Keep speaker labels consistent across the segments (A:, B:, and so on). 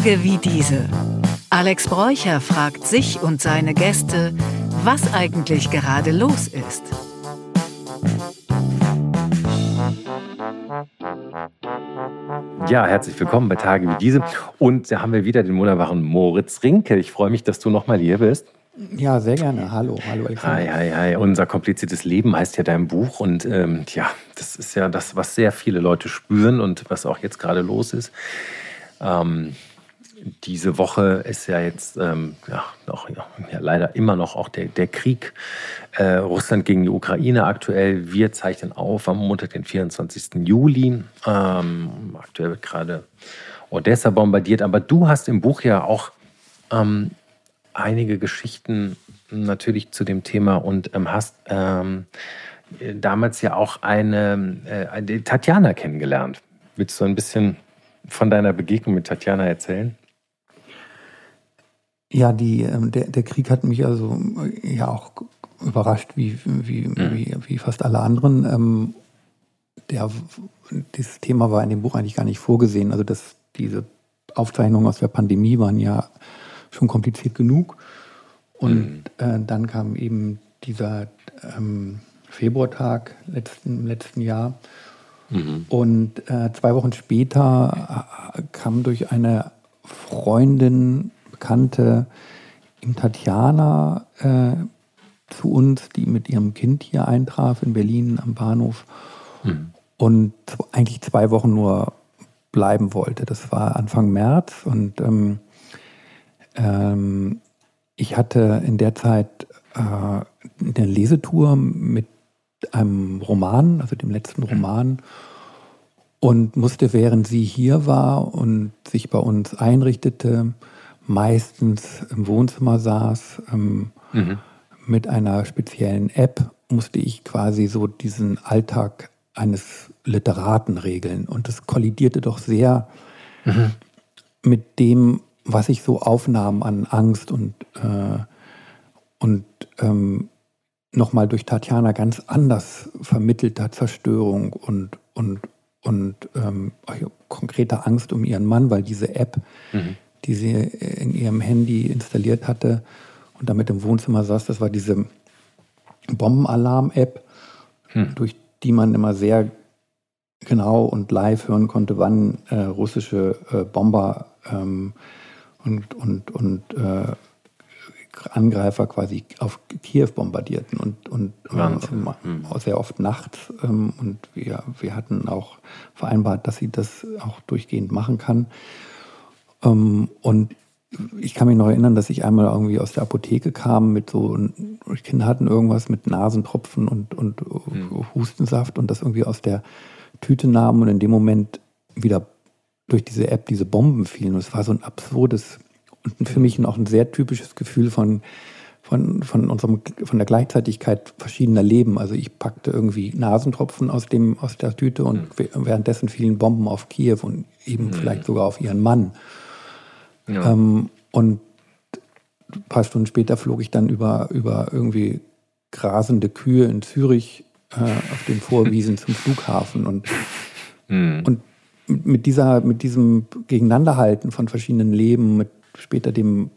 A: Tage wie diese. Alex Bräucher fragt sich und seine Gäste, was eigentlich gerade los ist.
B: Ja, herzlich willkommen bei Tage wie diese. Und da haben wir wieder den wunderbaren Moritz Rinke. Ich freue mich, dass du nochmal hier bist.
C: Ja, sehr gerne. Hallo Alexander.
B: Hi. Unser kompliziertes Leben heißt ja dein Buch. Und das ist ja das, was sehr viele Leute spüren und was auch jetzt gerade los ist. Diese Woche ist ja jetzt leider immer noch auch der Krieg Russland gegen die Ukraine aktuell. Wir zeichnen auf am Montag, den 24. Juli. Aktuell wird gerade Odessa bombardiert. Aber du hast im Buch ja auch einige Geschichten natürlich zu dem Thema und hast damals ja auch eine Tatjana kennengelernt. Willst du ein bisschen von deiner Begegnung mit Tatjana erzählen?
C: Ja, der Krieg hat mich also ja auch überrascht, wie fast alle anderen. Dieses Thema war in dem Buch eigentlich gar nicht vorgesehen. Also diese Aufzeichnungen aus der Pandemie waren ja schon kompliziert genug. Und dann kam eben dieser Februartag im letzten Jahr. Und 2 Wochen später kam durch eine Freundin, Bekannte, Tatjana zu uns, die mit ihrem Kind hier eintraf in Berlin am Bahnhof und eigentlich 2 Wochen nur bleiben wollte. Das war Anfang März und ich hatte in der Zeit eine Lesetour mit einem Roman, also dem letzten Roman, und musste, während sie hier war und sich bei uns einrichtete, meistens im Wohnzimmer saß, mit einer speziellen App, musste ich quasi so diesen Alltag eines Literaten regeln. Und das kollidierte doch sehr mit dem, was ich so aufnahm an Angst und nochmal durch Tatjana ganz anders vermittelter Zerstörung und konkreter Angst um ihren Mann, weil diese App, die sie in ihrem Handy installiert hatte und damit im Wohnzimmer saß, das war diese Bombenalarm-App, durch die man immer sehr genau und live hören konnte, wann russische Bomber und Angreifer quasi auf Kiew bombardierten und sehr oft nachts. Und wir hatten auch vereinbart, dass sie das auch durchgehend machen kann. Und ich kann mich noch erinnern, dass ich einmal irgendwie aus der Apotheke kam mit die Kinder hatten irgendwas mit Nasentropfen und Hustensaft und das irgendwie aus der Tüte nahmen und in dem Moment wieder durch diese App diese Bomben fielen. Und es war so ein absurdes und für mich auch ein sehr typisches Gefühl von der Gleichzeitigkeit verschiedener Leben. Also ich packte irgendwie Nasentropfen aus der Tüte und währenddessen fielen Bomben auf Kiew und eben vielleicht sogar auf ihren Mann. Ja. Und ein paar Stunden später flog ich dann über irgendwie grasende Kühe in Zürich auf den Vorwiesen zum Flughafen und mit diesem Gegeneinanderhalten von verschiedenen Leben, mit später diesen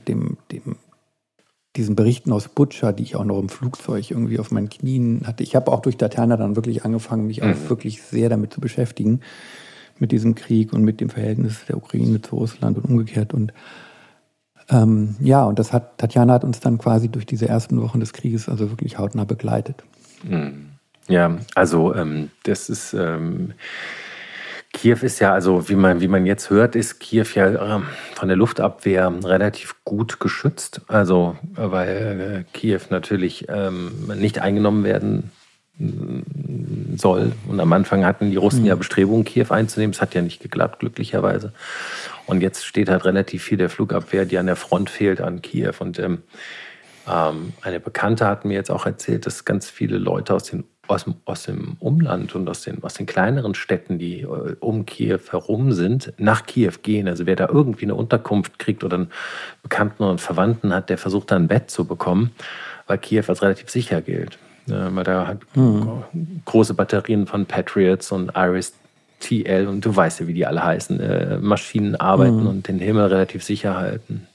C: Berichten aus Butscha, die ich auch noch im Flugzeug irgendwie auf meinen Knien hatte. Ich habe auch durch Tatjana dann wirklich angefangen, mich auch wirklich sehr damit zu beschäftigen, mit diesem Krieg und mit dem Verhältnis der Ukraine zu Russland und umgekehrt. Und und Tatjana hat uns dann quasi durch diese ersten Wochen des Krieges also wirklich hautnah begleitet.
B: Ja, also das ist Kiew ist ja, also wie man jetzt hört, ist Kiew ja von der Luftabwehr relativ gut geschützt. Also weil Kiew natürlich nicht eingenommen werden soll. Und am Anfang hatten die Russen ja Bestrebungen, Kiew einzunehmen. Es hat ja nicht geklappt, glücklicherweise. Und jetzt steht halt relativ viel der Flugabwehr, die an der Front fehlt, an Kiew. Und eine Bekannte hat mir jetzt auch erzählt, dass ganz viele Leute aus dem Umland und aus den kleineren Städten, die um Kiew herum sind, nach Kiew gehen. Also wer da irgendwie eine Unterkunft kriegt oder einen Bekannten und Verwandten hat, der versucht da ein Bett zu bekommen, weil Kiew als relativ sicher gilt. Weil da halt große Batterien von Patriots und TL und du weißt ja, wie die alle heißen, Maschinen arbeiten und den Himmel relativ sicher halten.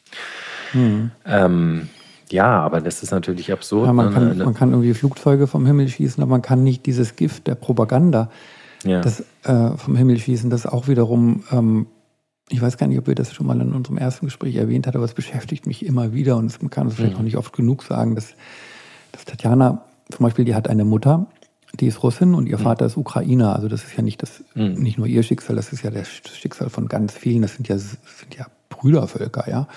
B: Ja, aber das ist natürlich absurd.
C: Ja, man kann irgendwie Flugzeuge vom Himmel schießen, aber man kann nicht dieses Gift der Propaganda vom Himmel schießen. Das auch wiederum, ich weiß gar nicht, ob wir das schon mal in unserem ersten Gespräch erwähnt hatten, aber es beschäftigt mich immer wieder und man kann es vielleicht auch nicht oft genug sagen, dass Tatjana zum Beispiel, die hat eine Mutter, die ist Russin und ihr Vater ist Ukrainer. Also das ist ja nicht nur ihr Schicksal, das ist ja das Schicksal von ganz vielen. Das sind ja Brüdervölker, ja.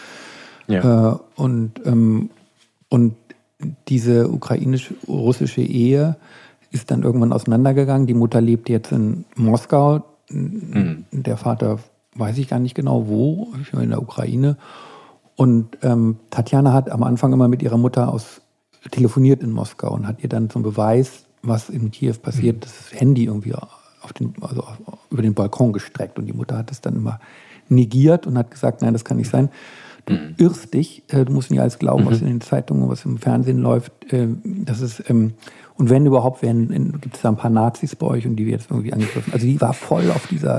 C: Und diese ukrainisch-russische Ehe ist dann irgendwann auseinandergegangen. Die Mutter lebt jetzt in Moskau. Der Vater weiß ich gar nicht genau wo, in der Ukraine. Und Tatjana hat am Anfang immer mit ihrer Mutter telefoniert in Moskau und hat ihr dann zum Beweis, was in Kiew passiert, das Handy irgendwie über den Balkon gestreckt. Und die Mutter hat es dann immer negiert und hat gesagt, nein, das kann nicht sein. Du irrst dich, du musst nicht alles glauben, was in den Zeitungen, was im Fernsehen läuft. Und wenn überhaupt, gibt es da ein paar Nazis bei euch und die wird jetzt irgendwie angegriffen. Also die war voll auf dieser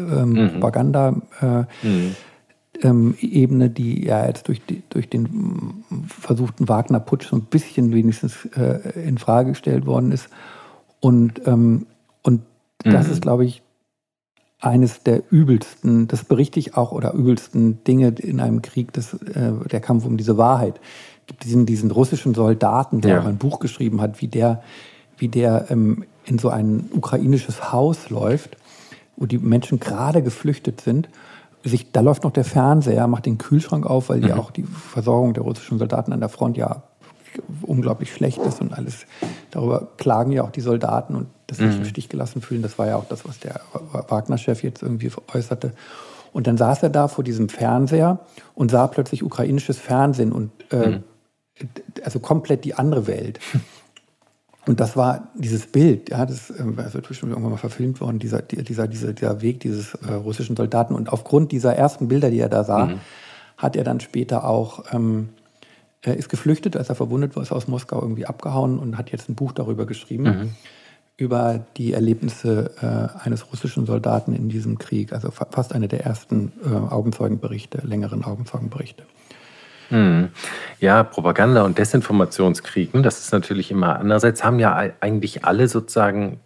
C: Propaganda-Ebene, die ja jetzt durch den versuchten Wagner-Putsch so ein bisschen wenigstens in Frage gestellt worden ist. Und das ist, glaube ich, eines der übelsten, das berichte ich auch, oder übelsten Dinge in einem Krieg, der Kampf um diese Wahrheit. Es gibt diesen russischen Soldaten, der auch ein Buch geschrieben hat, wie der in so ein ukrainisches Haus läuft, wo die Menschen gerade geflüchtet sind. Da läuft noch der Fernseher, macht den Kühlschrank auf, weil ja auch die Versorgung der russischen Soldaten an der Front ja unglaublich schlecht ist und alles. Darüber klagen ja auch die Soldaten und dass sie sich im Stich gelassen fühlen. Das war ja auch das, was der Wagner-Chef jetzt irgendwie äußerte. Und dann saß er da vor diesem Fernseher und sah plötzlich ukrainisches Fernsehen und also komplett die andere Welt. Und das war dieses Bild, ja, das ist bestimmt irgendwann mal verfilmt worden, dieser Weg dieses russischen Soldaten. Und aufgrund dieser ersten Bilder, die er da sah, hat er dann später auch ist geflüchtet, als er verwundet war, ist aus Moskau irgendwie abgehauen und hat jetzt ein Buch darüber geschrieben, über die Erlebnisse eines russischen Soldaten in diesem Krieg. Also fast eine der ersten längeren Augenzeugenberichte.
B: Ja, Propaganda- und Desinformationskrieg, das ist natürlich immer. Andererseits haben ja eigentlich alle sozusagen,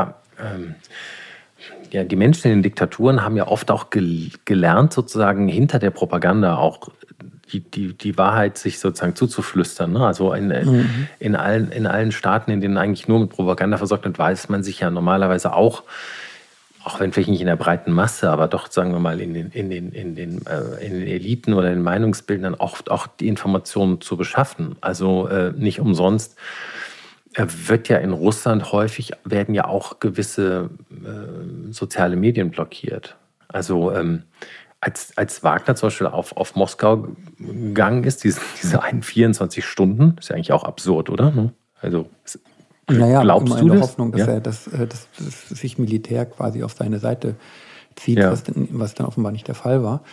B: die Menschen in den Diktaturen haben ja oft auch gelernt, sozusagen hinter der Propaganda auch die Wahrheit sich sozusagen zuzuflüstern. Ne? Also in allen Staaten, in denen eigentlich nur mit Propaganda versorgt wird, weiß man sich ja normalerweise auch wenn vielleicht nicht in der breiten Masse, aber doch, sagen wir mal, in den Eliten oder den Meinungsbildern auch die Informationen zu beschaffen. Also nicht umsonst wird ja in Russland werden ja auch gewisse soziale Medien blockiert. Also als Wagner zum Beispiel auf Moskau gegangen ist, diese 24 Stunden, ist ja eigentlich auch absurd, oder? Also glaubst du
C: in der
B: das?
C: Hoffnung, dass sich Militär quasi auf seine Seite zieht, was dann offenbar nicht der Fall war.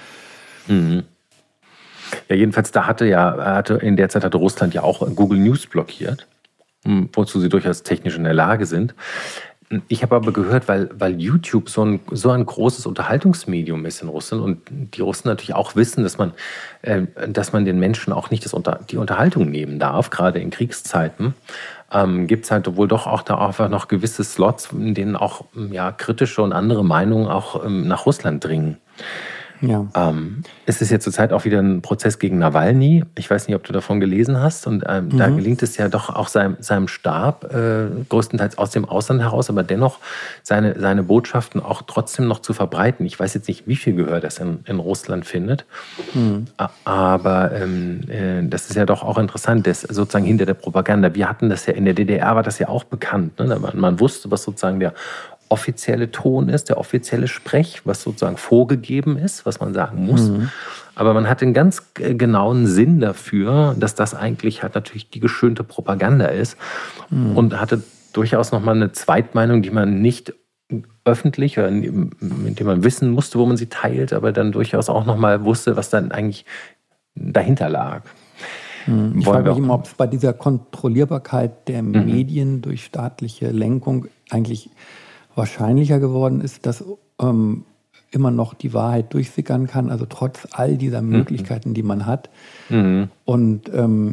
B: Ja, jedenfalls in der Zeit hatte Russland ja auch Google News blockiert, wozu sie durchaus technisch in der Lage sind. Ich habe aber gehört, weil YouTube so ein großes Unterhaltungsmedium ist in Russland und die Russen natürlich auch wissen, dass man den Menschen auch nicht die Unterhaltung nehmen darf, gerade in Kriegszeiten, gibt es halt wohl doch auch da einfach noch gewisse Slots, in denen auch kritische und andere Meinungen auch nach Russland dringen.
C: Ja.
B: Es ist ja zurzeit auch wieder ein Prozess gegen Nawalny. Ich weiß nicht, ob du davon gelesen hast. Und da gelingt es ja doch auch seinem Stab, größtenteils aus dem Ausland heraus, aber dennoch seine Botschaften auch trotzdem noch zu verbreiten. Ich weiß jetzt nicht, wie viel Gehör das in Russland findet. Aber das ist ja doch auch interessant, das sozusagen hinter der Propaganda. Wir hatten das ja in der DDR, war das ja auch bekannt. Ne? Man wusste, was sozusagen der offizielle Ton ist, der offizielle Sprech, was sozusagen vorgegeben ist, was man sagen muss. Aber man hat einen ganz genauen Sinn dafür, dass das eigentlich halt natürlich die geschönte Propaganda ist und hatte durchaus nochmal eine Zweitmeinung, die man nicht öffentlich oder mit dem man wissen musste, wo man sie teilt, aber dann durchaus auch nochmal wusste, was dann eigentlich dahinter lag.
C: Ich frage mich immer, ob es bei dieser Kontrollierbarkeit der Medien durch staatliche Lenkung eigentlich wahrscheinlicher geworden ist, dass immer noch die Wahrheit durchsickern kann, also trotz all dieser Möglichkeiten, die man hat. Und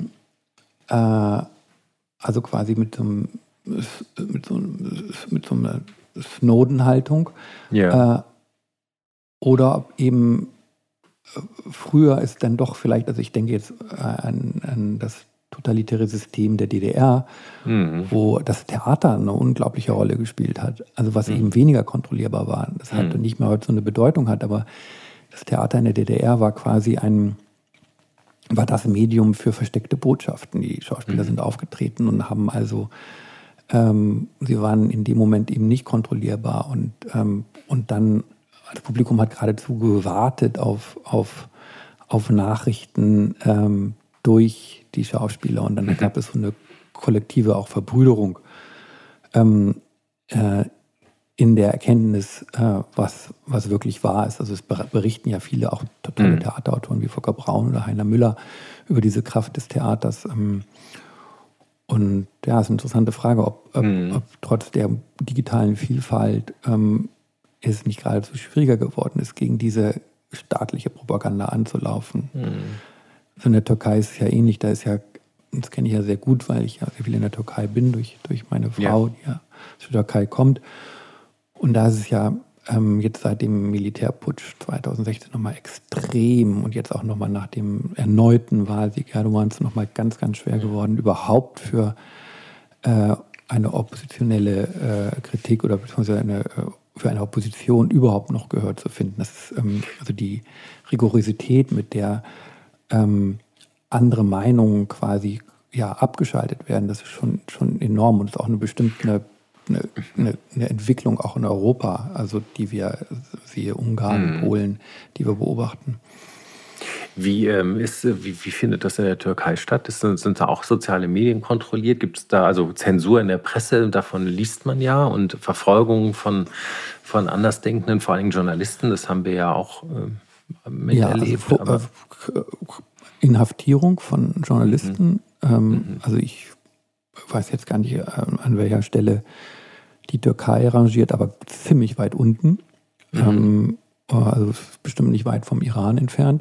C: also quasi mit so einer Snowden-Haltung.
B: Ja.
C: Oder ob eben früher ist dann doch vielleicht, also ich denke jetzt an das totalitäre System der DDR, wo das Theater eine unglaubliche Rolle gespielt hat. Also was eben weniger kontrollierbar war. Das hat nicht mehr heute so eine Bedeutung hat, aber das Theater in der DDR war quasi war das Medium für versteckte Botschaften. Die Schauspieler sind aufgetreten und haben also, sie waren in dem Moment eben nicht kontrollierbar und dann, das Publikum hat geradezu gewartet auf Nachrichten durch die Schauspieler und dann gab es so eine kollektive auch Verbrüderung in der Erkenntnis, was wirklich wahr ist. Also es berichten ja viele auch tolle Theaterautoren wie Volker Braun oder Heiner Müller über diese Kraft des Theaters. Und ja, es ist eine interessante Frage, ob trotz der digitalen Vielfalt es nicht geradezu schwieriger geworden ist, gegen diese staatliche Propaganda anzulaufen. Also in der Türkei ist es ja ähnlich, das kenne ich ja sehr gut, weil ich ja sehr viel in der Türkei bin, durch meine Frau, die ja aus der Türkei kommt. Und da ist es ja jetzt seit dem Militärputsch 2016 nochmal extrem und jetzt auch nochmal nach dem erneuten Wahlsieg Erdogans nochmal ganz, ganz schwer geworden, überhaupt für eine oppositionelle Kritik oder beziehungsweise für eine Opposition überhaupt noch Gehör zu finden. Das ist also die Rigorosität, mit der andere Meinungen quasi abgeschaltet werden, das ist schon enorm und ist auch eine bestimmte eine Entwicklung auch in Europa, also die wir, siehe Ungarn, Polen, die wir beobachten.
B: Wie findet das in der Türkei statt? Sind da auch soziale Medien kontrolliert? Gibt es da also Zensur in der Presse? Davon liest man ja und Verfolgung von Andersdenkenden, vor allem Journalisten. Das haben wir ja auch miterlebt.
C: Also Inhaftierung von Journalisten. Also ich weiß jetzt gar nicht, an welcher Stelle die Türkei rangiert, aber ziemlich weit unten. Also es ist bestimmt nicht weit vom Iran entfernt.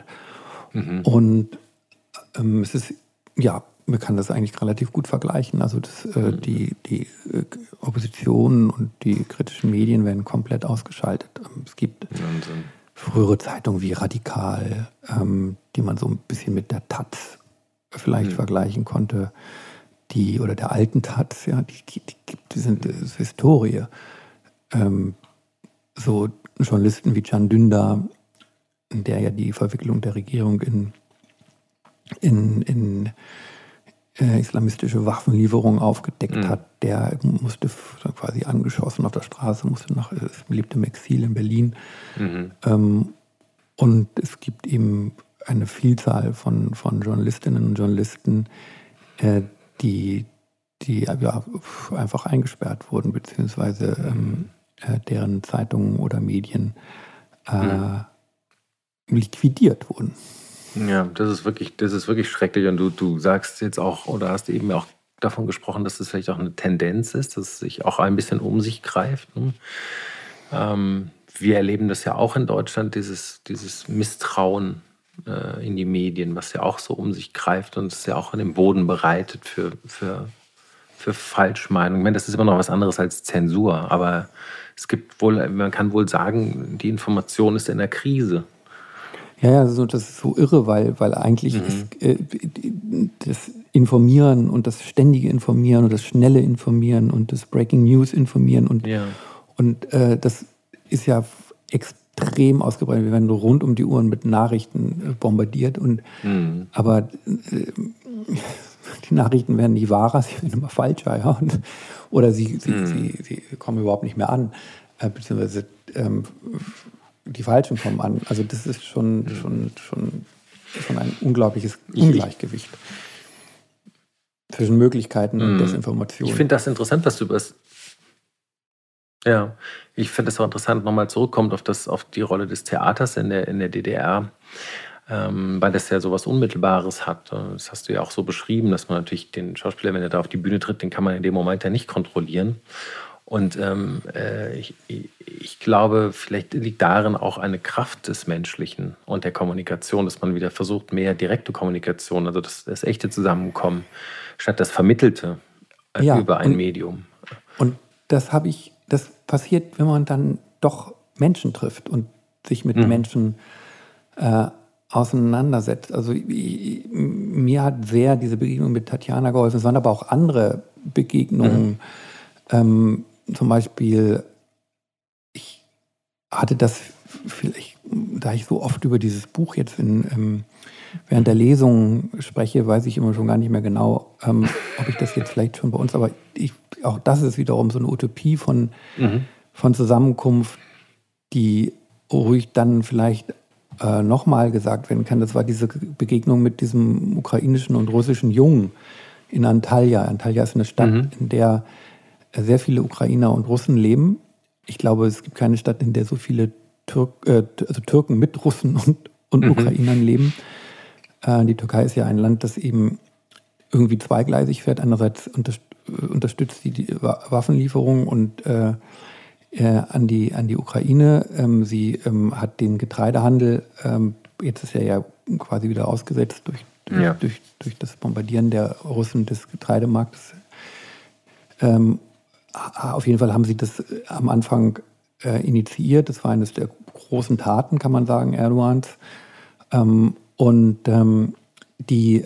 C: Und es ist, man kann das eigentlich relativ gut vergleichen. Also die Opposition und die kritischen Medien werden komplett ausgeschaltet. Es gibt frühere Zeitungen wie Radikal, die man so ein bisschen mit der Taz vielleicht vergleichen konnte. Oder der alten Taz, die sind Historie. So Journalisten wie Can Dündar, der ja die Verwicklung der Regierung in islamistische Waffenlieferungen aufgedeckt hat, der musste quasi angeschossen auf der Straße, lebte im Exil in Berlin. Und es gibt eben eine Vielzahl von Journalistinnen und Journalisten, die einfach eingesperrt wurden, beziehungsweise deren Zeitungen oder Medien liquidiert wurden.
B: Ja, das ist wirklich schrecklich. Und du sagst jetzt auch, oder hast eben auch davon gesprochen, dass das vielleicht auch eine Tendenz ist, dass es sich auch ein bisschen um sich greift. Ne? Wir erleben das ja auch in Deutschland, dieses Misstrauen in die Medien, was ja auch so um sich greift und es ja auch den Boden bereitet für Falschmeinungen. Ich meine, das ist immer noch was anderes als Zensur, aber man kann wohl sagen, die Information ist in der Krise.
C: Ja, also das ist so irre, weil eigentlich ist das Informieren und das ständige Informieren und das schnelle Informieren und das Breaking News Informieren und das ist ja extrem ausgebreitet. Wir werden rund um die Uhr mit Nachrichten bombardiert aber die Nachrichten werden nicht wahrer, sie werden immer falscher, oder sie kommen überhaupt nicht mehr an, beziehungsweise die Falschen kommen an. Also das ist schon ein unglaubliches Ungleichgewicht zwischen Möglichkeiten und Desinformation.
B: Ich finde das interessant, was du über ich finde es auch interessant, nochmal zurückkommt auf die Rolle des Theaters in der DDR, weil das ja sowas Unmittelbares hat. Das hast du ja auch so beschrieben, dass man natürlich den Schauspieler, wenn er da auf die Bühne tritt, den kann man in dem Moment ja nicht kontrollieren. Und ich glaube, vielleicht liegt darin auch eine Kraft des Menschlichen und der Kommunikation, dass man wieder versucht, mehr direkte Kommunikation, also das echte Zusammenkommen, statt das Vermittelte über ein Medium.
C: Und das passiert, wenn man dann doch Menschen trifft und sich mit Menschen auseinandersetzt. Also mir hat sehr diese Begegnung mit Tatjana geholfen. Es waren aber auch andere Begegnungen. Zum Beispiel, ich hatte das vielleicht, da ich so oft über dieses Buch jetzt während der Lesung spreche, weiß ich immer schon gar nicht mehr genau, ob ich das jetzt vielleicht schon bei uns, aber auch das ist wiederum so eine Utopie von Zusammenkunft, die ruhig dann vielleicht nochmal gesagt werden kann. Das war diese Begegnung mit diesem ukrainischen und russischen Jungen in Antalya. Antalya ist eine Stadt, in der sehr viele Ukrainer und Russen leben. Ich glaube, es gibt keine Stadt, in der so viele Türken mit Russen und Ukrainern leben. Die Türkei ist ja ein Land, das eben irgendwie zweigleisig fährt. Einerseits unterstützt die Waffenlieferung und an die Ukraine. Sie hat den Getreidehandel, jetzt ist er ja quasi wieder ausgesetzt durch das Bombardieren der Russen des Getreidemarktes. Auf jeden Fall haben sie das am Anfang initiiert. Das war eines der großen Taten, kann man sagen, Erdogans. Die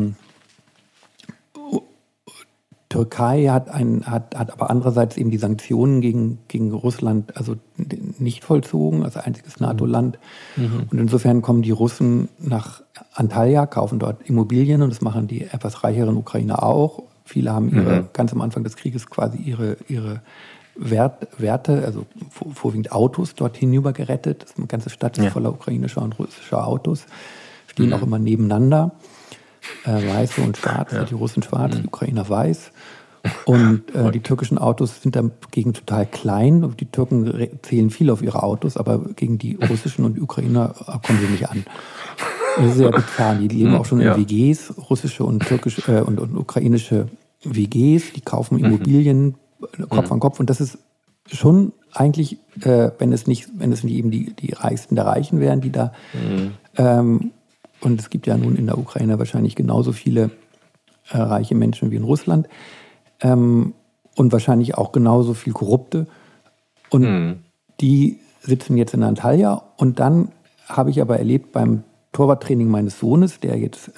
C: Türkei hat aber andererseits eben die Sanktionen gegen Russland also nicht vollzogen, als einziges NATO-Land. Und insofern kommen die Russen nach Antalya, kaufen dort Immobilien, und das machen die etwas reicheren Ukrainer auch. Viele haben ganz am Anfang des Krieges quasi ihre Werte, also vorwiegend Autos, dort hinüber gerettet. Das ist eine ganze Stadt voller ukrainischer und russischer Autos. Stehen auch immer nebeneinander. Weiße und schwarze, die Russen schwarz, die Ukrainer weiß. Und die türkischen Autos sind dagegen total klein. Die Türken zählen viel auf ihre Autos, aber gegen die russischen und Ukrainer kommen sie nicht an. Das ist sehr bizarr. Die leben auch schon in WGs, russische und türkische und ukrainische WGs. Die kaufen Immobilien Kopf an Kopf. Und das ist schon eigentlich, wenn es nicht eben die Reichsten der Reichen wären, die da und es gibt ja nun in der Ukraine wahrscheinlich genauso viele reiche Menschen wie in Russland und wahrscheinlich auch genauso viel Korrupte. Und die sitzen jetzt in Antalya. Und dann habe ich aber erlebt beim Torwarttraining meines Sohnes, der jetzt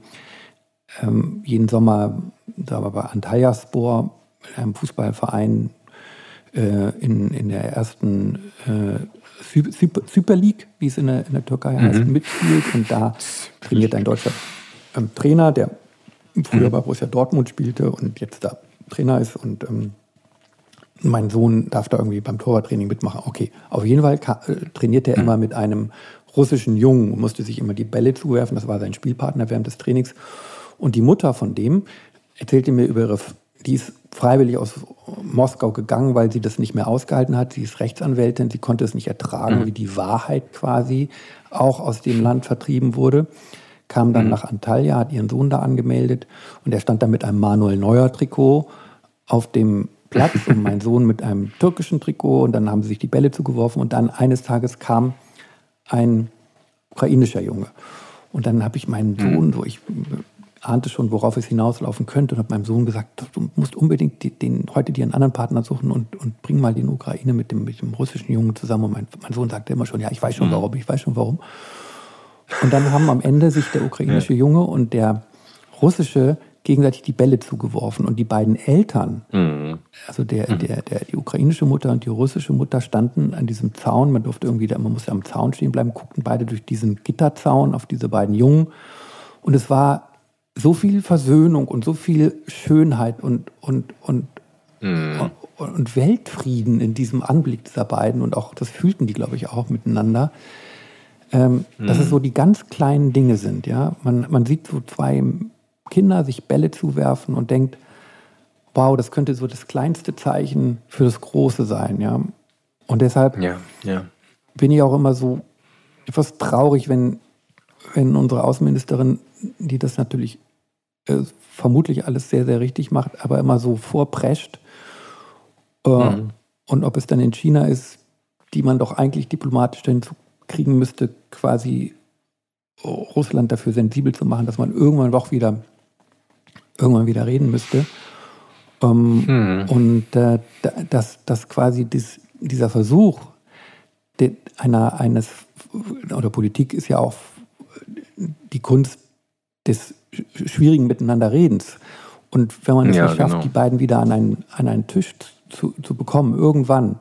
C: jeden Sommer da war bei Antalyaspor, einem Fußballverein in der ersten Super League, wie es in der Türkei heißt, mitspielt. Und da trainiert ein deutscher Trainer, der früher bei Borussia Dortmund spielte und jetzt da Trainer ist. Und mein Sohn darf da irgendwie beim Torwarttraining mitmachen. Okay, auf jeden Fall trainiert er immer mit einem russischen Jungen und musste sich immer die Bälle zuwerfen. Das war sein Spielpartner während des Trainings. Und die Mutter von dem erzählte mir über die ist freiwillig aus Moskau gegangen, weil sie das nicht mehr ausgehalten hat. Sie ist Rechtsanwältin, sie konnte es nicht ertragen, wie die Wahrheit quasi auch aus dem Land vertrieben wurde. Kam dann nach Antalya, hat ihren Sohn da angemeldet und er stand da mit einem Manuel Neuer Trikot auf dem Platz und mein Sohn mit einem türkischen Trikot, und dann haben sie sich die Bälle zugeworfen und dann eines Tages kam ein ukrainischer Junge. Und dann habe ich meinen Sohn, ich ahnte schon, worauf es hinauslaufen könnte, und habe meinem Sohn gesagt, du musst unbedingt heute dir einen anderen Partner suchen und bring mal den Ukraine mit dem russischen Jungen zusammen. Und mein Sohn sagte immer schon, ja, ich weiß schon warum. Und dann haben am Ende sich der ukrainische Junge und der russische gegenseitig die Bälle zugeworfen. Und die beiden Eltern, also die ukrainische Mutter und die russische Mutter, standen an diesem Zaun. Man musste am Zaun stehen bleiben, guckten beide durch diesen Gitterzaun auf diese beiden Jungen. Und es war so viel Versöhnung und so viel Schönheit und Weltfrieden in diesem Anblick dieser beiden. Und auch das fühlten die, glaube ich, auch miteinander. Dass es so die ganz kleinen Dinge sind. Ja? Man sieht so zwei Kinder sich Bälle zuwerfen und denkt, wow, das könnte so das kleinste Zeichen für das Große sein. Ja? Und deshalb bin ich auch immer so etwas traurig, wenn unsere Außenministerin, die das natürlich vermutlich alles sehr, sehr richtig macht, aber immer so vorprescht
B: Mhm.
C: Und ob es dann in China ist, die man doch eigentlich diplomatisch dazu kriegen müsste, quasi Russland dafür sensibel zu machen, dass man irgendwann wieder reden müsste. Und dass quasi dieser Versuch oder Politik ist ja auch die Kunst des schwierigen Miteinanderredens. Und wenn man es nicht schafft, die beiden wieder an einen Tisch zu bekommen, irgendwann,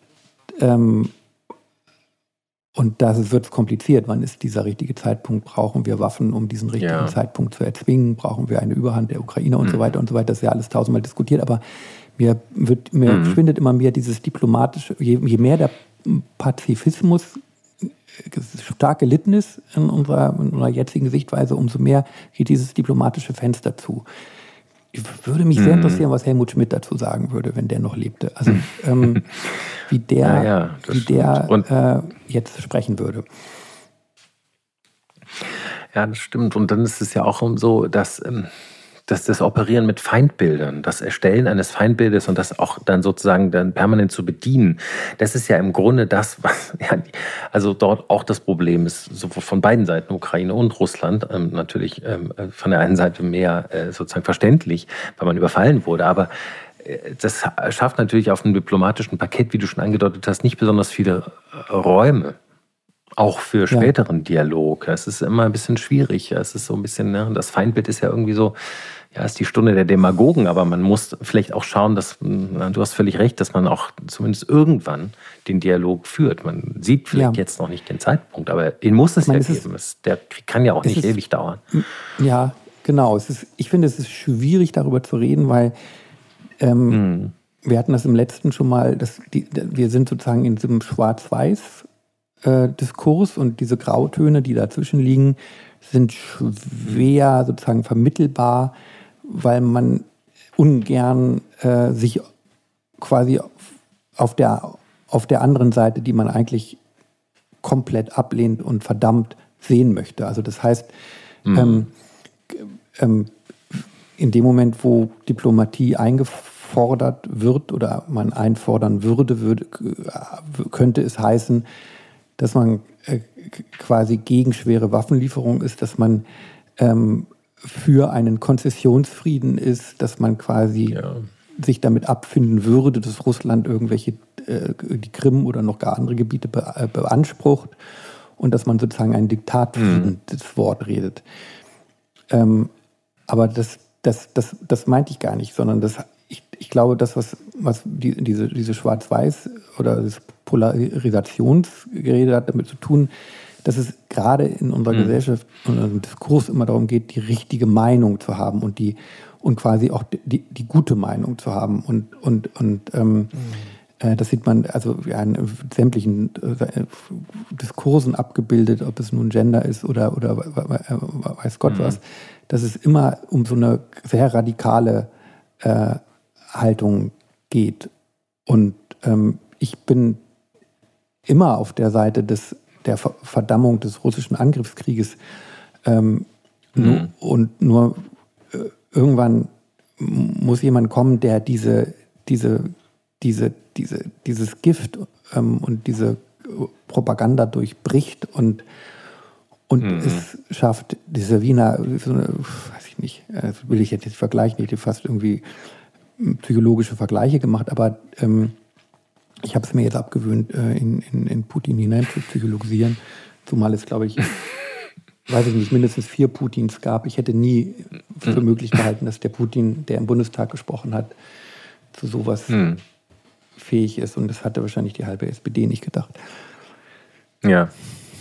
C: und da wird es kompliziert. Wann ist dieser richtige Zeitpunkt? Brauchen wir Waffen, um diesen richtigen Zeitpunkt zu erzwingen? Brauchen wir eine Überhand der Ukraine und so weiter und so weiter? Das ist ja alles tausendmal diskutiert. Aber mir schwindet immer mehr dieses Diplomatische, je mehr der Pazifismus stark gelitten ist in unserer jetzigen Sichtweise, umso mehr geht dieses diplomatische Fenster zu. Ich würde mich sehr interessieren, was Helmut Schmidt dazu sagen würde, wenn der noch lebte. Also wie der jetzt sprechen würde.
B: Ja, das stimmt. Und dann ist es ja auch so, dass das Operieren mit Feindbildern, das Erstellen eines Feindbildes und das auch dann sozusagen dann permanent zu bedienen, das ist ja im Grunde das, was also dort auch das Problem ist, sowohl von beiden Seiten, Ukraine und Russland, natürlich von der einen Seite mehr sozusagen verständlich, weil man überfallen wurde, aber das schafft natürlich auf dem diplomatischen Parkett, wie du schon angedeutet hast, nicht besonders viele Räume. Auch für späteren Dialog. Es ist immer ein bisschen schwierig. Es ist so ein bisschen, das Feindbild ist ja irgendwie so, ist die Stunde der Demagogen, aber man muss vielleicht auch schauen, dass, du hast völlig recht, dass man auch zumindest irgendwann den Dialog führt. Man sieht vielleicht jetzt noch nicht den Zeitpunkt, aber ihn muss es geben. Der Krieg kann ja auch nicht ewig dauern.
C: Ja, genau. Ich finde, es ist schwierig, darüber zu reden, weil wir hatten das im letzten schon mal, wir sind sozusagen in diesem Schwarz-Weiß Diskurs und diese Grautöne, die dazwischen liegen, sind schwer sozusagen vermittelbar, weil man ungern sich quasi auf der anderen Seite, die man eigentlich komplett ablehnt und verdammt sehen möchte. Also das heißt, in dem Moment, wo Diplomatie eingefordert wird oder man einfordern könnte es heißen, dass man quasi gegen schwere Waffenlieferung ist, dass man für einen Konzessionsfrieden ist, dass man quasi sich damit abfinden würde, dass Russland die Krim oder noch gar andere Gebiete beansprucht und dass man sozusagen einen Diktatfrieden das Wort redet. Aber das meinte ich gar nicht, sondern ich glaube, das, was diese Schwarz-Weiß- oder das Polarisationsgerede hat damit zu tun, dass es gerade in unserer Gesellschaft und im Diskurs immer darum geht, die richtige Meinung zu haben und quasi auch die gute Meinung zu haben. Und das sieht man also in sämtlichen Diskursen abgebildet, ob es nun Gender ist oder weiß Gott was, dass es immer um so eine sehr radikale Haltung geht. Und ich bin immer auf der Seite der Verdammung des russischen Angriffskrieges. Nur irgendwann muss jemand kommen, der dieses Gift und diese Propaganda durchbricht und es schafft, diese Wiener, weiß ich nicht, das will ich jetzt nicht vergleichen, ich hätte fast irgendwie psychologische Vergleiche gemacht, aber ich habe es mir jetzt abgewöhnt, in Putin hinein zu psychologisieren, zumal es, glaube ich, weiß ich nicht, mindestens 4 Putins gab. Ich hätte nie für möglich gehalten, dass der Putin, der im Bundestag gesprochen hat, zu sowas fähig ist. Und das hatte wahrscheinlich die halbe SPD nicht gedacht.
B: Ja.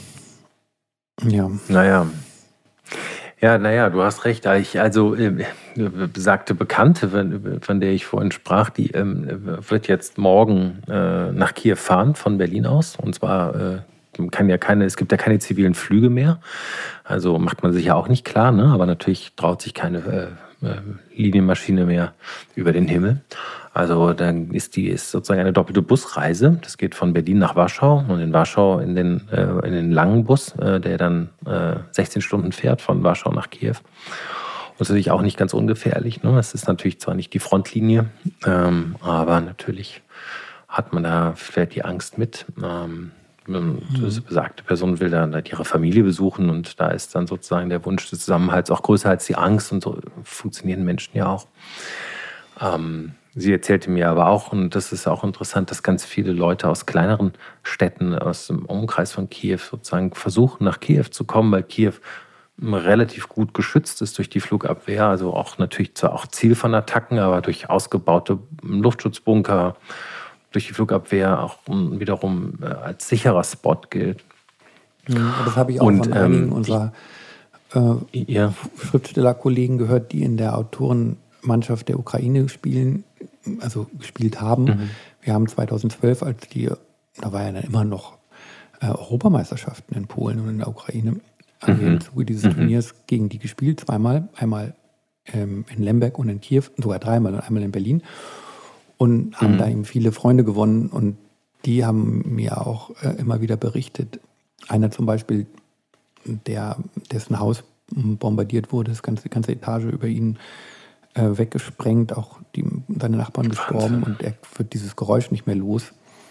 B: Ja, du hast recht. Besagte Bekannte, von der ich vorhin sprach, die wird jetzt morgen nach Kiew fahren von Berlin aus. Und zwar es gibt ja keine zivilen Flüge mehr. Also macht man sich ja auch nicht klar, ne? Aber natürlich traut sich keine Linienmaschine mehr über den Himmel. Also dann ist sozusagen eine doppelte Busreise. Das geht von Berlin nach Warschau und in Warschau in den langen Bus, der dann 16 Stunden fährt von Warschau nach Kiew. natürlich auch nicht ganz ungefährlich. Ne? Es ist natürlich zwar nicht die Frontlinie, aber natürlich hat man da vielleicht die Angst mit. Die besagte Person will dann halt ihre Familie besuchen und da ist dann sozusagen der Wunsch des Zusammenhalts auch größer als die Angst und so funktionieren Menschen ja auch. Sie erzählte mir aber auch, und das ist auch interessant, dass ganz viele Leute aus kleineren Städten, aus dem Umkreis von Kiew sozusagen versuchen, nach Kiew zu kommen, weil Kiew relativ gut geschützt ist durch die Flugabwehr, also auch natürlich zwar auch Ziel von Attacken, aber durch ausgebaute Luftschutzbunker, durch die Flugabwehr auch wiederum als sicherer Spot gilt.
C: Das habe ich auch von einigen unserer Schriftstellerkollegen gehört, die in der Autorenmannschaft der Ukraine gespielt haben. Wir haben 2012, da war ja dann immer noch Europameisterschaften in Polen und in der Ukraine, haben wir im Zuge dieses Turniers gegen die gespielt, zweimal, einmal in Lemberg und in Kiew, sogar dreimal und einmal in Berlin. Und haben da eben viele Freunde gewonnen und die haben mir auch immer wieder berichtet. Einer zum Beispiel, dessen Haus bombardiert wurde, die ganze Etage über ihn weggesprengt, auch seine Nachbarn gestorben und er wird dieses Geräusch nicht mehr los.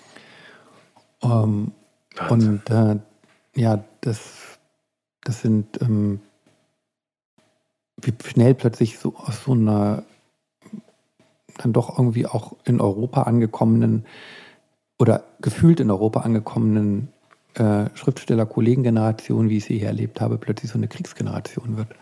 C: Das sind wie schnell plötzlich so aus so einer dann doch irgendwie auch in Europa angekommenen oder gefühlt in Europa angekommenen Schriftsteller-Kollegengeneration, wie ich sie hier erlebt habe, plötzlich so eine Kriegsgeneration wird.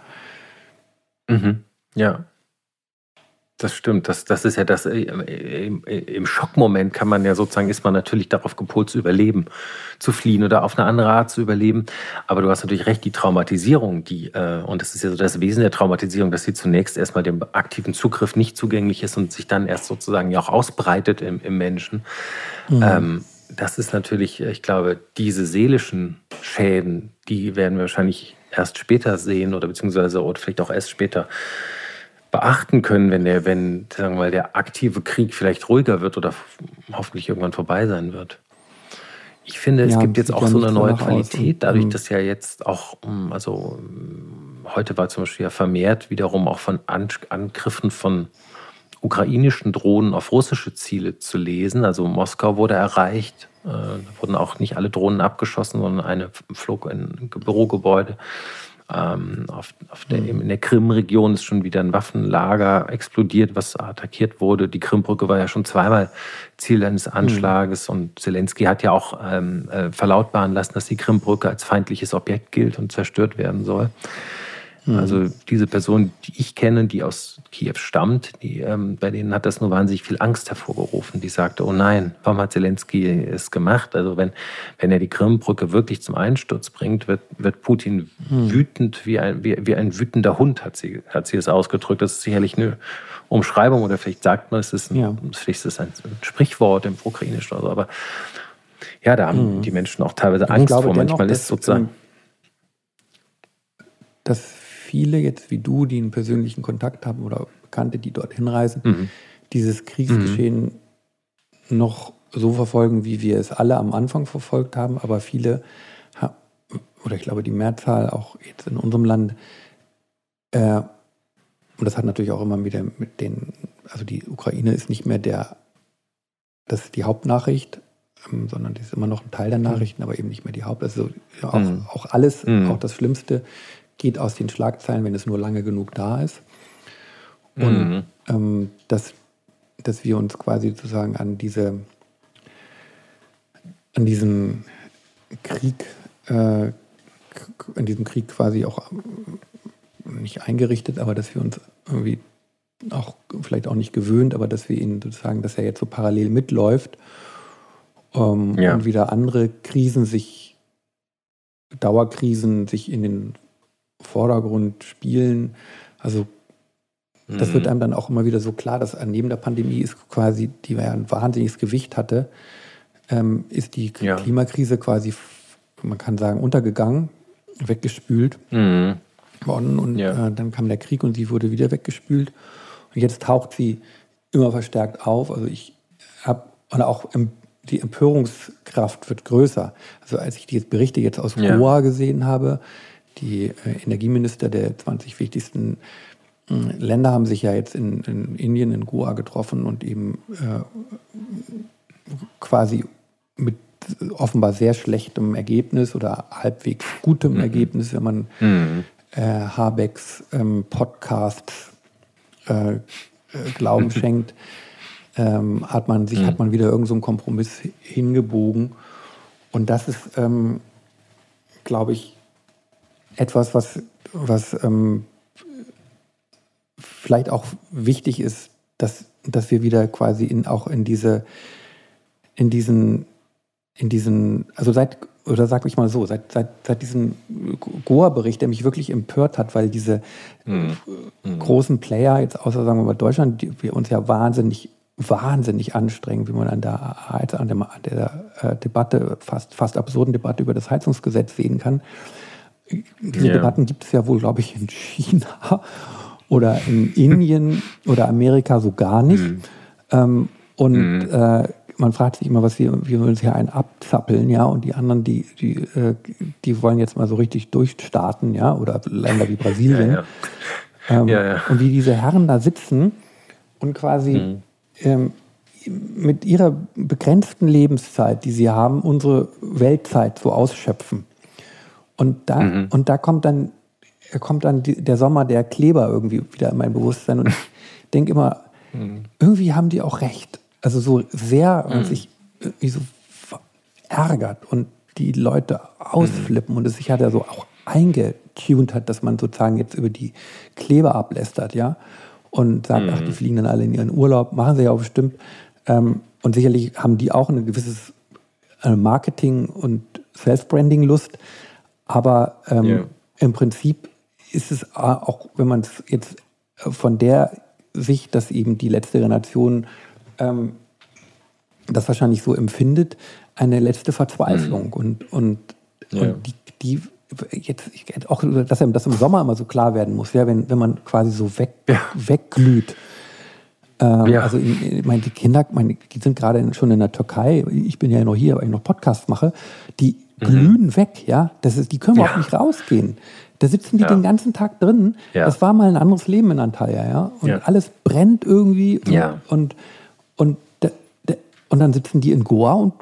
B: Ja, das stimmt. Das ist ja das, im Schockmoment kann man ja sozusagen, ist man natürlich darauf gepolt zu überleben, zu fliehen oder auf eine andere Art zu überleben. Aber du hast natürlich recht, die Traumatisierung, und das ist ja so das Wesen der Traumatisierung, dass sie zunächst erstmal dem aktiven Zugriff nicht zugänglich ist und sich dann erst sozusagen ja auch ausbreitet im Menschen. Das ist natürlich, ich glaube, diese seelischen Schäden, die werden wir wahrscheinlich erst später sehen oder vielleicht auch erst später beachten können, wenn sagen wir mal, der aktive Krieg vielleicht ruhiger wird oder hoffentlich irgendwann vorbei sein wird. Ich finde, es gibt jetzt auch so eine neue Qualität, dadurch, dass ja jetzt auch, heute war zum Beispiel ja vermehrt wiederum auch von Angriffen von ukrainischen Drohnen auf russische Ziele zu lesen. Also Moskau wurde erreicht, da wurden auch nicht alle Drohnen abgeschossen, sondern eine flog in ein Bürogebäude. In der Krim-Region ist schon wieder ein Waffenlager explodiert, was attackiert wurde. Die Krimbrücke war ja schon zweimal Ziel eines Anschlages und Zelensky hat ja auch verlautbaren lassen, dass die Krimbrücke als feindliches Objekt gilt und zerstört werden soll. Also diese Person, die ich kenne, die aus Kiew stammt, bei denen hat das nur wahnsinnig viel Angst hervorgerufen. Die sagte, oh nein, warum hat Zelensky es gemacht? Also wenn er die Krimbrücke wirklich zum Einsturz bringt, wird Putin wütend wie ein wütender Hund, hat sie es ausgedrückt. Das ist sicherlich eine Umschreibung oder vielleicht sagt man, vielleicht ist es ein Sprichwort im Ukrainischen oder so. Aber ja, da haben die Menschen auch teilweise Angst vor. Manchmal ist sozusagen,
C: dass viele jetzt wie du, die einen persönlichen Kontakt haben oder Bekannte, die dorthin reisen, dieses Kriegsgeschehen noch so verfolgen, wie wir es alle am Anfang verfolgt haben. Aber viele, oder ich glaube die Mehrzahl auch jetzt in unserem Land, und das hat natürlich auch immer wieder also die Ukraine ist nicht mehr das ist die Hauptnachricht, sondern das ist immer noch ein Teil der Nachrichten, aber eben nicht mehr die Haupt. Also auch alles, auch das Schlimmste, geht aus den Schlagzeilen, wenn es nur lange genug da ist. Und dass wir uns quasi sozusagen an diesem Krieg quasi auch nicht eingerichtet, aber dass wir uns irgendwie auch vielleicht auch nicht gewöhnt, aber dass wir ihn sozusagen, dass er jetzt so parallel mitläuft und wieder andere Dauerkrisen sich in den Vordergrund spielen. Also das wird einem dann auch immer wieder so klar, dass neben der Pandemie ist quasi, die ja ein wahnsinniges Gewicht hatte, ist die Klimakrise quasi, man kann sagen, untergegangen, weggespült worden und dann kam der Krieg und sie wurde wieder weggespült und jetzt taucht sie immer verstärkt auf. Also die Empörungskraft wird größer. Also als ich die Berichte jetzt aus Goa gesehen habe, die Energieminister der 20 wichtigsten Länder haben sich ja jetzt in Indien, in Goa getroffen und eben quasi mit offenbar sehr schlechtem Ergebnis oder halbwegs gutem Ergebnis, wenn man Habecks Podcast Glauben schenkt, hat man wieder irgend so einen Kompromiss hingebogen. Und das ist, glaube ich, etwas, was vielleicht auch wichtig ist, dass wir wieder quasi in diesen, also seit diesem Goa-Bericht, der mich wirklich empört hat, weil diese großen Player, jetzt außer sagen wir mal Deutschland, die wir uns ja wahnsinnig anstrengen, wie man an der Debatte, fast absurden Debatte über das Heizungsgesetz sehen kann. Diese Debatten gibt es ja wohl, glaube ich, in China oder in Indien oder Amerika so gar nicht. Man fragt sich immer, was wir uns hier einen abzappeln, ja, und die anderen, die wollen jetzt mal so richtig durchstarten, ja, oder Länder wie Brasilien. Und wie diese Herren da sitzen und quasi mit ihrer begrenzten Lebenszeit, die sie haben, unsere Weltzeit so ausschöpfen. Und da kommt dann der Sommer der Kleber irgendwie wieder in mein Bewusstsein und ich denke immer, irgendwie haben die auch recht. Also so sehr man sich irgendwie so ärgert und die Leute ausflippen und es sich halt ja so auch eingetunt hat, dass man sozusagen jetzt über die Kleber ablästert, ja, und sagt, ach, die fliegen dann alle in ihren Urlaub, machen sie ja auch bestimmt. Und sicherlich haben die auch ein gewisses Marketing- und Self-Branding-Lust, aber im Prinzip ist es auch, wenn man es jetzt von der Sicht, dass eben die letzte Generation das wahrscheinlich so empfindet, eine letzte Verzweiflung. Und die jetzt auch, dass das im Sommer immer so klar werden muss, ja, wenn man quasi so wegglüht. Also ich meine, die Kinder, die sind gerade schon in der Türkei, ich bin ja noch hier, weil ich noch Podcasts mache, die glühen weg, ja. Die können auch nicht rausgehen. Da sitzen die den ganzen Tag drin. Ja. Das war mal ein anderes Leben in Antalya, ja. Und alles brennt irgendwie.
B: Ja.
C: Und dann sitzen die in Goa und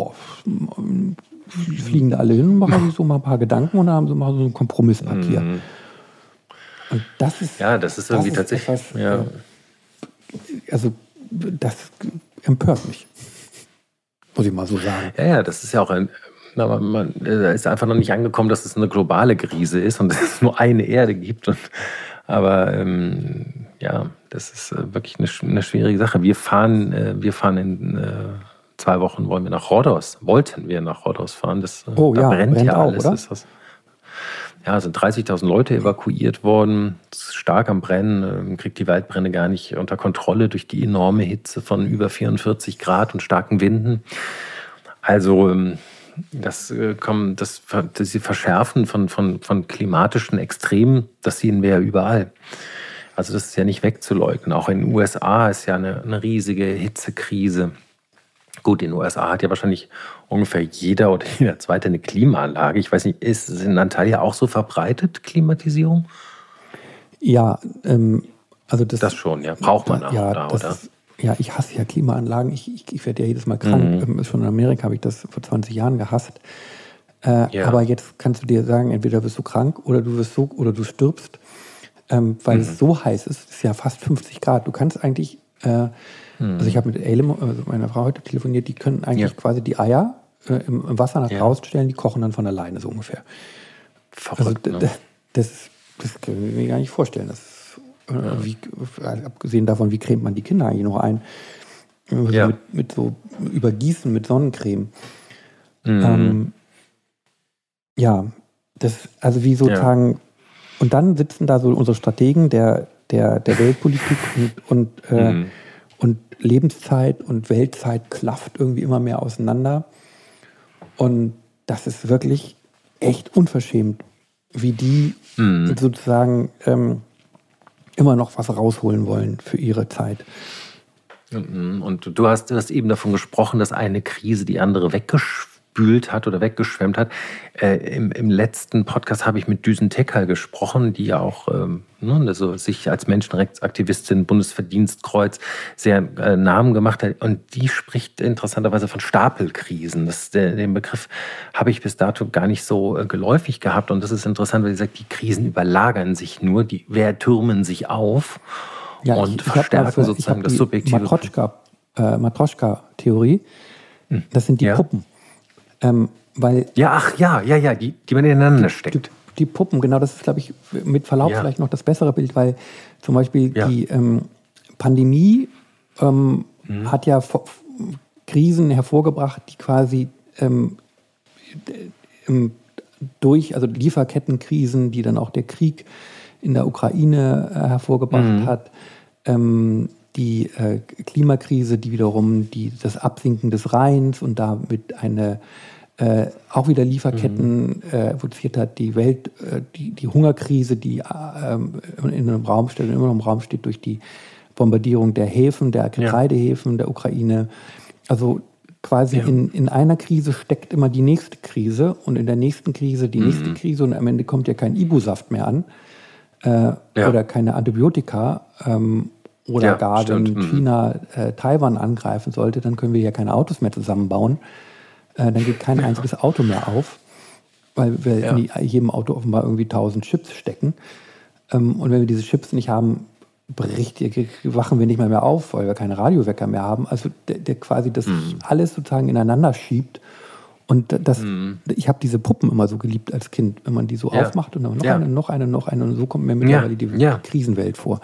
C: fliegen da alle hin und machen sich so mal ein paar Gedanken und dann haben sie mal so ein Kompromisspapier. Und das ist
B: irgendwie tatsächlich etwas,
C: also das empört mich, muss ich mal so sagen.
B: Ja, das ist ja auch man ist einfach noch nicht angekommen, dass es eine globale Krise ist und dass es nur eine Erde gibt. Aber das ist wirklich eine schwierige Sache. Wir fahren in 2 Wochen wollten wir nach Rhodos fahren. Da brennt ja alles. Auch, oder? Sind 30.000 Leute evakuiert worden, ist stark am Brennen, kriegt die Waldbrände gar nicht unter Kontrolle durch die enorme Hitze von über 44 Grad und starken Winden. Also das Verschärfen von klimatischen Extremen, das sehen wir ja überall. Also das ist ja nicht wegzuleugnen. Auch in den USA ist ja eine riesige Hitzekrise. Gut, in den USA hat ja wahrscheinlich ungefähr jeder oder jeder Zweite eine Klimaanlage. Ich weiß nicht, ist es in Antalya auch so verbreitet, Klimatisierung?
C: Ja, also das
B: schon, ja. Braucht man auch oder?
C: Ja, ich hasse ja Klimaanlagen. Ich werde ja jedes Mal krank. Schon in Amerika habe ich das vor 20 Jahren gehasst. Aber jetzt kannst du dir sagen, entweder bist du krank oder du stirbst, weil es so heiß ist. Es ist ja fast 50 Grad. Du kannst eigentlich, also ich habe mit Elim, also meiner Frau heute telefoniert, die können eigentlich quasi die Eier im Wasser nach draußen stellen, die kochen dann von alleine so ungefähr.
B: Verrückt,
C: also, das kann ich mir gar nicht vorstellen. Abgesehen davon, wie cremt man die Kinder eigentlich noch ein? Mit so übergießen mit Sonnencreme. Also wie sozusagen, und dann sitzen da so unsere Strategen der Weltpolitik und Lebenszeit und Weltzeit klafft irgendwie immer mehr auseinander. Und das ist wirklich echt unverschämt, wie die sozusagen immer noch was rausholen wollen für ihre Zeit.
B: Und du hast eben davon gesprochen, dass eine Krise die andere weggespült hat oder weggeschwemmt hat. Im letzten Podcast habe ich mit Düsen Tekal gesprochen, die ja auch also sich als Menschenrechtsaktivistin, Bundesverdienstkreuz sehr Namen gemacht hat. Und die spricht interessanterweise von Stapelkrisen. Den Begriff habe ich bis dato gar nicht so geläufig gehabt. Und das ist interessant, weil sie sagt, die Krisen überlagern sich nur, die türmen sich auf und verstärken sozusagen das subjektive.
C: Matroschka-Theorie, das sind die Puppen. Die
B: man ineinander steckt.
C: Die Puppen, genau, das ist, glaube ich, mit Verlaub vielleicht noch das bessere Bild, weil zum Beispiel die Pandemie hat ja Krisen hervorgebracht, die quasi also Lieferkettenkrisen, die dann auch der Krieg in der Ukraine hervorgebracht hat, die Klimakrise, die wiederum das Absinken des Rheins und damit auch wieder Lieferketten produziert hat, die Hungerkrise, die immer noch im Raum steht durch die Bombardierung der Häfen, der Getreidehäfen der Ukraine. Also quasi in einer Krise steckt immer die nächste Krise und in der nächsten Krise die nächste Krise und am Ende kommt ja kein Ibu-Saft mehr an oder keine Antibiotika wenn China Taiwan angreifen sollte, dann können wir ja keine Autos mehr zusammenbauen. Dann geht kein einziges Auto mehr auf, weil wir in jedem Auto offenbar irgendwie 1000 Chips stecken. Und wenn wir diese Chips nicht haben, wachen wir nicht mehr auf, weil wir keine Radiowecker mehr haben. Also der quasi das alles sozusagen ineinander schiebt. Und ich habe diese Puppen immer so geliebt als Kind, wenn man die so aufmacht und dann noch eine. Und so kommt mir mittlerweile die Krisenwelt vor.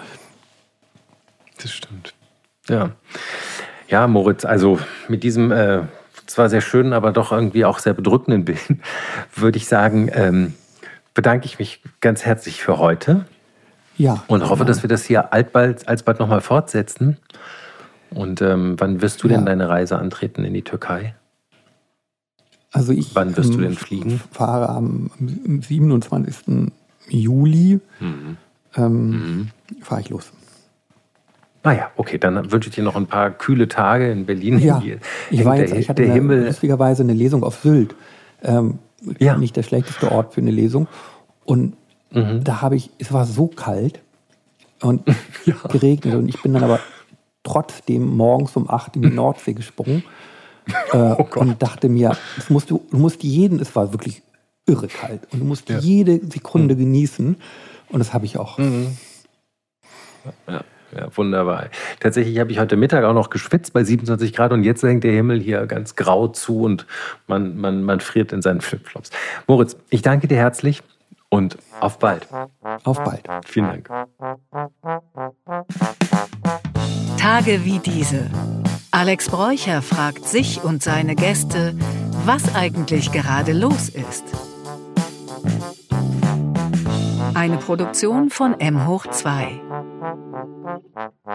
B: Das stimmt. Ja, Moritz, also mit diesem zwar sehr schönen, aber doch irgendwie auch sehr bedrückenden Bild, würde ich sagen, bedanke ich mich ganz herzlich für heute. Ja. Und hoffe, dass wir das hier alsbald nochmal fortsetzen. Und wann wirst du denn deine Reise antreten in die Türkei?
C: Also
B: wann wirst du denn fliegen?
C: Fahre am 27. Juli fahre ich los.
B: Naja, okay, dann wünsche ich dir noch ein paar kühle Tage in Berlin.
C: Ja, ich hatte lustigerweise eine Lesung auf Sylt. Nicht der schlechteste Ort für eine Lesung. Und es war so kalt und geregnet. Und ich bin dann aber trotzdem morgens um 8 in die Nordsee gesprungen und dachte mir, es war wirklich irre kalt. Und du musst jede Sekunde genießen. Und das habe ich auch.
B: Ja, wunderbar. Tatsächlich habe ich heute Mittag auch noch geschwitzt bei 27 Grad und jetzt hängt der Himmel hier ganz grau zu und man friert in seinen Flipflops. Moritz, ich danke dir herzlich und auf bald.
C: Auf bald.
B: Vielen Dank.
A: Tage wie diese. Alex Bräucher fragt sich und seine Gäste, was eigentlich gerade los ist. Eine Produktion von M hoch 2.